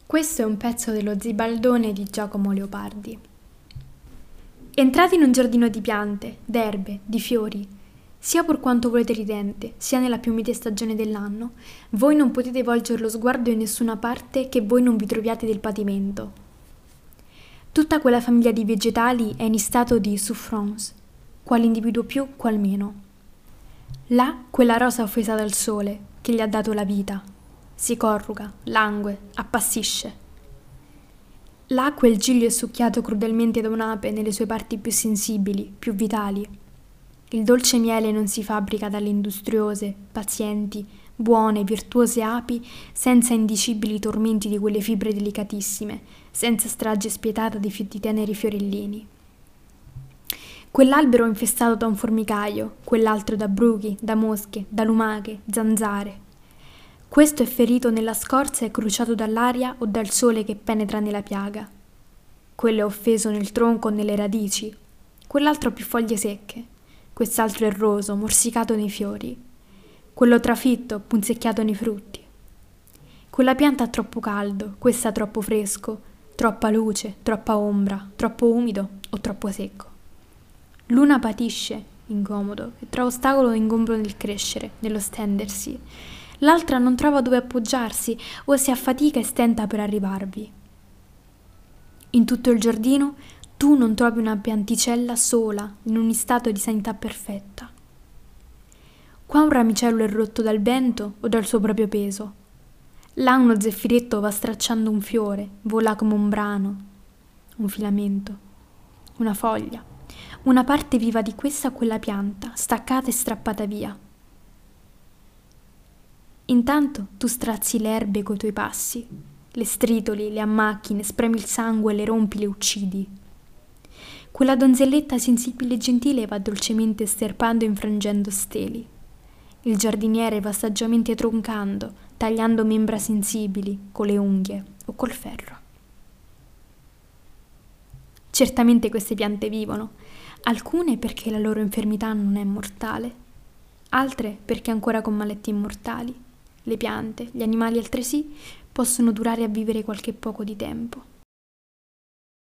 Questo è un pezzo dello Zibaldone di Giacomo Leopardi. Entrate in un giardino di piante, d'erbe, di fiori, sia per quanto volete ridente, sia nella più mite stagione dell'anno, voi non potete volgere lo sguardo in nessuna parte che voi non vi troviate del patimento. Tutta quella famiglia di vegetali è in stato di souffrance, qual individuo più, qual meno. Là, quella rosa offesa dal sole, che gli ha dato la vita, si corruga, langue, appassisce. Là quel giglio è succhiato crudelmente da un'ape nelle sue parti più sensibili, più vitali. Il dolce miele non si fabbrica dalle industriose, pazienti, buone, virtuose api, senza indicibili tormenti di quelle fibre delicatissime, senza strage spietata di teneri fiorellini. Quell'albero è infestato da un formicaio, quell'altro da bruchi, da mosche, da lumache, zanzare. Questo è ferito nella scorza e cruciato dall'aria o dal sole che penetra nella piaga. Quello è offeso nel tronco o nelle radici, quell'altro ha più foglie secche, quest'altro è roso, morsicato nei fiori, quello trafitto, punzecchiato nei frutti. Quella pianta ha troppo caldo, questa troppo fresco, troppa luce, troppa ombra, troppo umido o troppo secco. L'una patisce, incomodo, e trova ostacolo e ingombro nel crescere, nello stendersi. L'altra non trova dove appoggiarsi o si affatica e stenta per arrivarvi. In tutto il giardino tu non trovi una pianticella sola in un stato di sanità perfetta. Qua un ramicello è rotto dal vento o dal suo proprio peso. Là uno zeffiretto va stracciando un fiore, vola come un brano, un filamento, una foglia, una parte viva di questa o quella pianta, staccata e strappata via. Intanto tu strazzi le erbe coi tuoi passi, le stritoli, le ammacchi, spremi il sangue, le rompi, le uccidi. Quella donzelletta sensibile e gentile va dolcemente sterpando e infrangendo steli. Il giardiniere va saggiamente troncando, tagliando membra sensibili, con le unghie o col ferro. Certamente queste piante vivono, alcune perché la loro infermità non è mortale, altre perché ancora con malattie immortali. Le piante, gli animali altresì, possono durare a vivere qualche poco di tempo.